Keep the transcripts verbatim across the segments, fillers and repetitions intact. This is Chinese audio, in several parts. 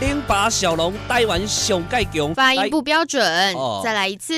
零八小龙台湾上介强， 发音不标准， 哦、 再来一次。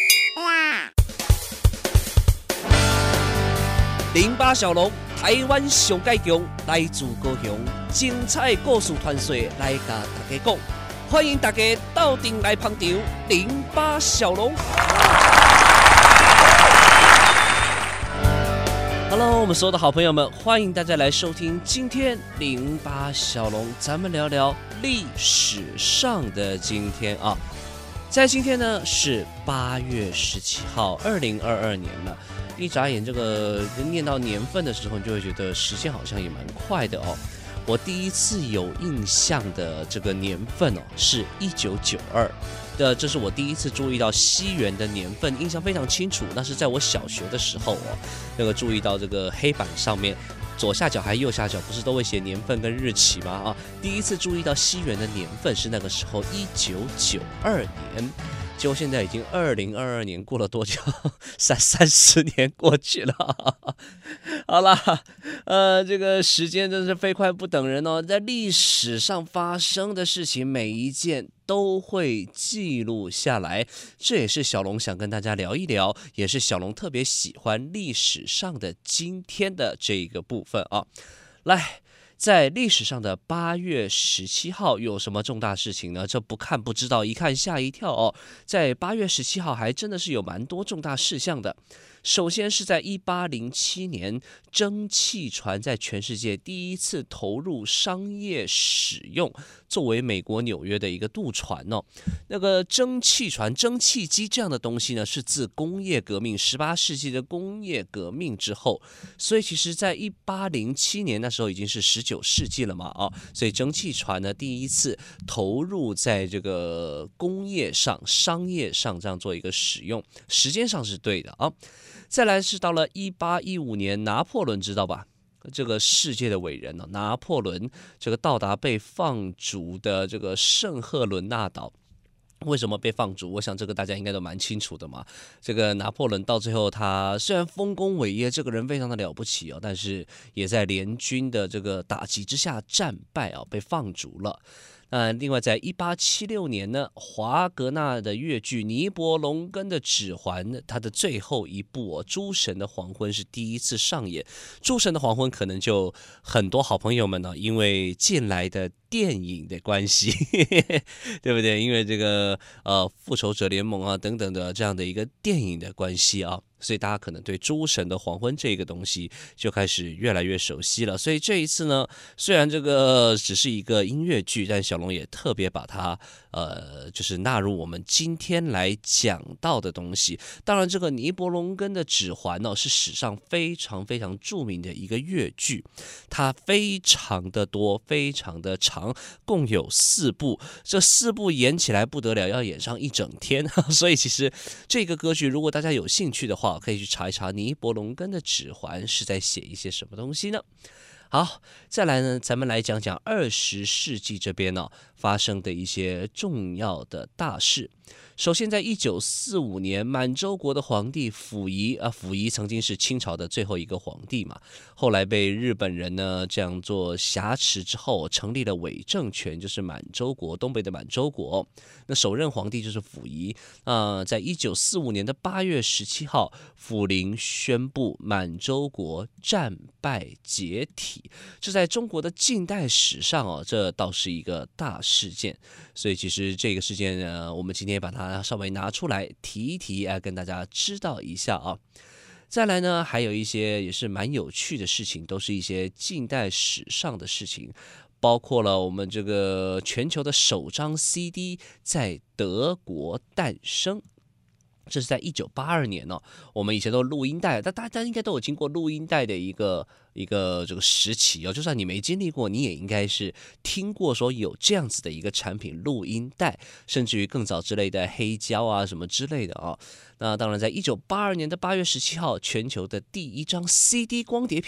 零八小龙台湾上介强，来自高雄，精彩故事传说来甲大家讲，欢迎大家到店来捧场。零八小龙。Hello， 我们所有的好朋友们，欢迎大家来收听今天零八小龙，咱们聊聊历史上的今天啊。在今天呢是八月十七号，二零二二年了。一眨眼，这个念到年份的时候，你就会觉得时间好像也蛮快的哦。我第一次有印象的这个年份哦，是一九九二。的，这是我第一次注意到西元的年份，印象非常清楚。那是在我小学的时候哦，那个注意到这个黑板上面左下角还右下角不是都会写年份跟日期吗？啊，第一次注意到西元的年份是那个时候一九九二年。结果现在已经二零二二年，过了多久？三三十年过去了。好啦，呃，这个时间真是飞快不等人哦。在历史上发生的事情，每一件都会记录下来。这也是小龙想跟大家聊一聊，也是小龙特别喜欢历史上的今天的这个部分啊。来。在历史上的八月十七号有什么重大事情呢？这不看不知道，一看吓一跳哦。在八月十七号还真的是有蛮多重大事项的。首先是在一八零七年，蒸汽船在全世界第一次投入商业使用，作为美国纽约的一个渡船哦。那个蒸汽船、蒸汽机这样的东西呢，是自工业革命十八世纪的工业革命之后，所以其实在一八零七年那时候已经是十九世纪了嘛哦，所以蒸汽船呢第一次投入在这个工业上、商业上这样做一个使用，时间上是对的啊。再来是到了一八一五年，拿破仑知道吧？这个世界的伟人呢、啊，拿破仑这个到达被放逐的这个圣赫伦纳岛。为什么被放逐？我想这个大家应该都蛮清楚的嘛。这个拿破仑到最后，他虽然丰功伟业，这个人非常的了不起哦，但是也在联军的这个打击之下战败啊，被放逐了。那另外，在一八七六年呢，华格纳的越剧《尼伯龙根的指环》它的最后一部哦，《诸神的黄昏》是第一次上演。《诸神的黄昏》可能就很多好朋友们呢，因为近来的电影的关系，对不对？因为这个呃《复仇者联盟》啊等等的这样的一个电影的关系啊。所以大家可能对诸神的黄昏这个东西就开始越来越熟悉了。所以这一次呢，虽然这个只是一个音乐剧，但小龙也特别把它呃，就是纳入我们今天来讲到的东西。当然，这个尼伯龙根的指环呢、哦，是史上非常非常著名的一个乐剧，它非常的多，非常的长，共有四部。这四部演起来不得了，要演上一整天。所以其实这个歌剧，如果大家有兴趣的话，可以去查一查尼伯龙根的指环是在写一些什么东西呢？好，再来呢，咱们来讲讲二十世纪这边呢、哦、发生的一些重要的大事。首先，在一九四五年，满洲国的皇帝溥仪啊，溥仪曾经是清朝的最后一个皇帝嘛，后来被日本人呢这样做挟持之后，成立了伪政权，就是满洲国，东北的满洲国。那首任皇帝就是溥仪啊、呃，在一九四五年的八月十七号，溥临宣布满洲国战败解体，这在中国的近代史上哦，这倒是一个大事件。所以其实这个事件呢，我们今天把它稍微拿出来提一提啊，跟大家知道一下啊。再来呢，还有一些也是蛮有趣的事情，都是一些近代史上的事情，包括了我们这个全球的首张 C D 在德国诞生。这是在一九八二年哦，我们以前都录音带，但大家应该都有经过录音带的一个一个这个时期哦。就算你没经历过，你也应该是听过说有这样子的一个产品，录音带，甚至于更早之类的黑胶啊什么之类的啊、哦。那当然，在一九八二年的八月十七号，全球的第一张 C D 光碟片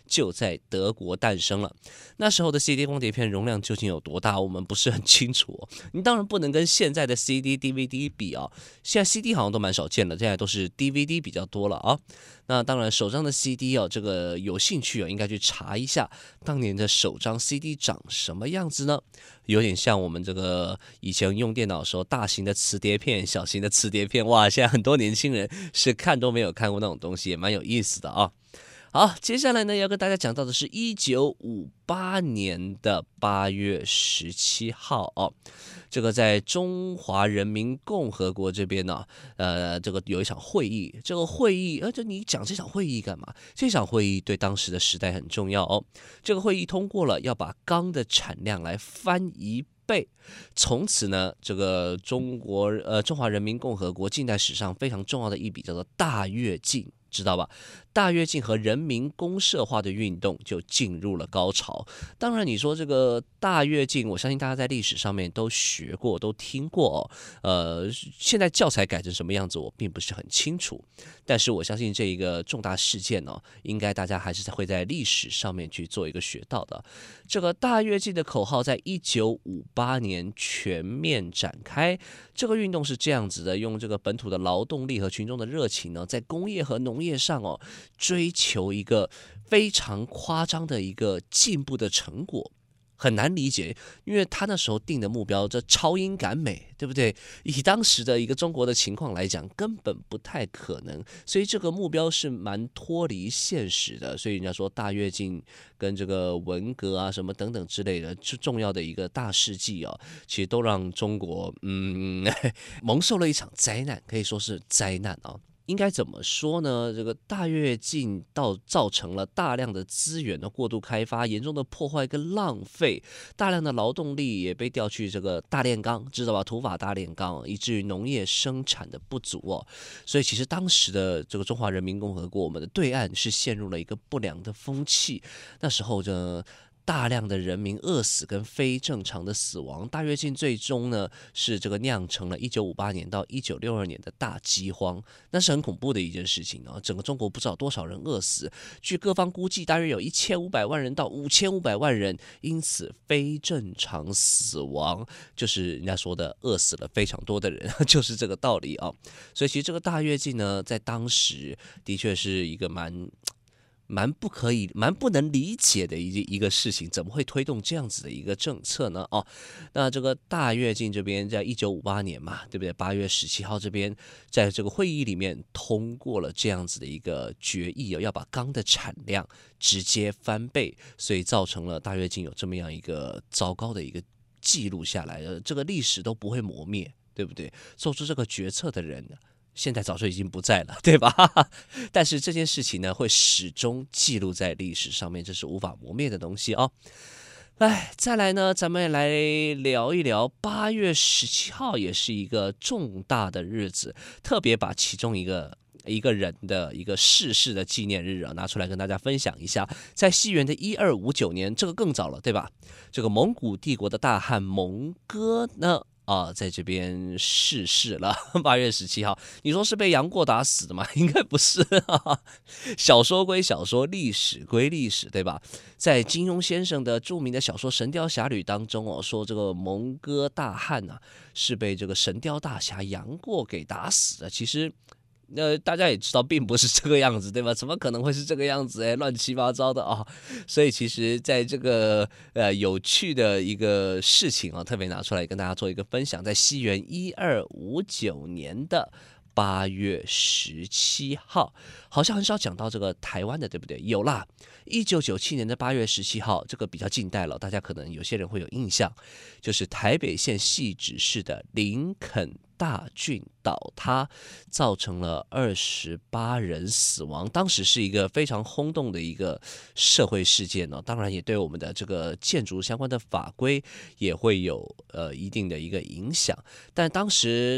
就在德国诞生了。那时候的 C D 光碟片容量究竟有多大，我们不是很清楚哦。你当然不能跟现在的 C D、D V D 比啊，现在 C D 好像都蛮少见了，现在都是 D V D 比较多了啊。那当然，首张的 C D 哦，这个有兴趣哦，应该去查一下当年的首张 C D 长什么样子呢？有点像我们这个以前用电脑的时候，大型的磁碟片、小型的磁碟片，哇！现在很多年轻人是看都没有看过那种东西，也蛮有意思的啊。好，接下来呢要跟大家讲到的是一九五八年的八月十七号哦，这个在中华人民共和国这边呢，呃，这个有一场会议，这个会议，呃，就你讲这场会议干嘛？这场会议对当时的时代很重要哦。这个会议通过了要把钢的产量来翻一倍，从此呢，这个中国呃中华人民共和国近代史上非常重要的一笔叫做大跃进。知道吧？大跃进和人民公社化的运动就进入了高潮。当然，你说这个大跃进，我相信大家在历史上面都学过、都听过哦。呃，现在教材改成什么样子，我并不是很清楚。但是我相信这一个重大事件呢、哦，应该大家还是会在历史上面去做一个学到的。这个大跃进的口号在一九五八年全面展开。这个运动是这样子的，用这个本土的劳动力和群众的热情呢，在工业和农业上哦，追求一个非常夸张的一个进步的成果。很难理解，因为他那时候定的目标，这超英赶美，对不对？以当时的一个中国的情况来讲，根本不太可能，所以这个目标是蛮脱离现实的。所以人家说大跃进跟这个文革啊什么等等之类的，是重要的一个大事迹啊，其实都让中国嗯蒙受了一场灾难，可以说是灾难啊。应该怎么说呢？这个大跃进到造成了大量的资源的过度开发，严重的破坏跟浪费，大量的劳动力也被调去这个大炼钢，知道吧？土法大炼钢，以至于农业生产的不足哦。所以其实当时的这个中华人民共和国，我们的对岸是陷入了一个不良的风气。那时候呢，大量的人民饿死跟非正常的死亡，大跃进最终呢是这个酿成了一九五八年到一九六二年的大饥荒，那是很恐怖的一件事情啊！整个中国不知道多少人饿死，据各方估计，大约有一千五百万人到五千五百万人因此非正常死亡，就是人家说的饿死了非常多的人，就是这个道理啊！所以其实这个大跃进呢，在当时的确是一个蛮。蛮不可以、蛮不能理解的一一个事情，怎么会推动这样子的一个政策呢？哦，那这个大跃进这边在一九五八年嘛，对不对？八月十七号这边在这个会议里面通过了这样子的一个决议哦，要把钢的产量直接翻倍，所以造成了大跃进有这么样一个糟糕的一个记录下来的，这个历史都不会磨灭，对不对？做出这个决策的人呢？现在早就已经不在了，对吧？但是这件事情呢，会始终记录在历史上面，这是无法磨灭的东西哦。来，再来呢，咱们来聊一聊八月十七号，也是一个重大的日子，特别把其中一个。一个人的一个逝世的纪念日啊，拿出来跟大家分享一下。在西元的一二五九年，这个更早了，对吧？这个蒙古帝国的大汗蒙哥呢？啊，在这边逝世了，八月十七号。你说是被杨过打死的吗？应该不是啊。小说归小说，历史归历史，对吧？在金庸先生的著名的小说《神雕侠侣》当中哦，说这个蒙哥大汗啊，是被这个神雕大侠杨过给打死的。其实。呃，大家也知道，并不是这个样子，对吧？怎么可能会是这个样子？哎，乱七八糟的啊、哦！所以其实，在这个呃有趣的一个事情啊，特别拿出来跟大家做一个分享，在西元一二五九年的八月十七号，好像很少讲到这个台湾的，对不对？有啦，一九九七年的八月十七号，这个比较近代了，大家可能有些人会有印象，就是台北县汐止市的林肯大郡倒塌，造成了二十八人死亡。当时是一个非常轰动的一个社会事件呢、哦，当然也对我们的这个建筑相关的法规也会有呃一定的一个影响。但当时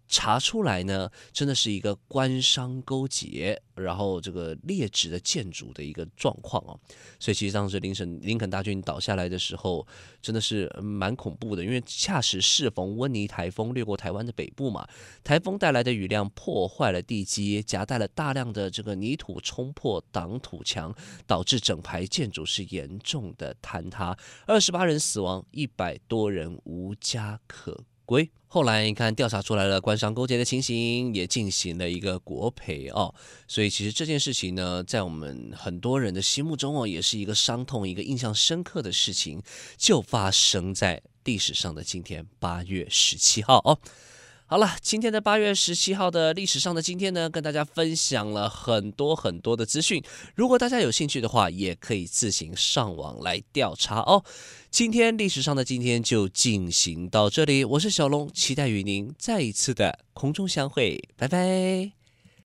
查出来呢，真的是一个官商勾结，然后这个劣质的建筑的一个状况哦。所以其实当时林肯林肯大军倒下来的时候，真的是蛮恐怖的，因为恰时适逢温尼台风掠过台湾的北部嘛，台风带来的雨量破坏了地基，夹带了大量的这个泥土冲破挡土墙，导致整排建筑是严重的坍塌，二十八人死亡，一百多人无家可归。后来你看调查出来了官商勾结的情形，也进行了一个国赔哦。所以其实这件事情呢，在我们很多人的心目中哦，也是一个伤痛、一个印象深刻的事情，就发生在历史上的今天八月十七号哦。好了，今天的八月十七号的历史上的今天呢，跟大家分享了很多很多的资讯。如果大家有兴趣的话，也可以自行上网来调查哦。今天历史上的今天就进行到这里，我是小龙，期待与您再一次的空中相会，拜拜。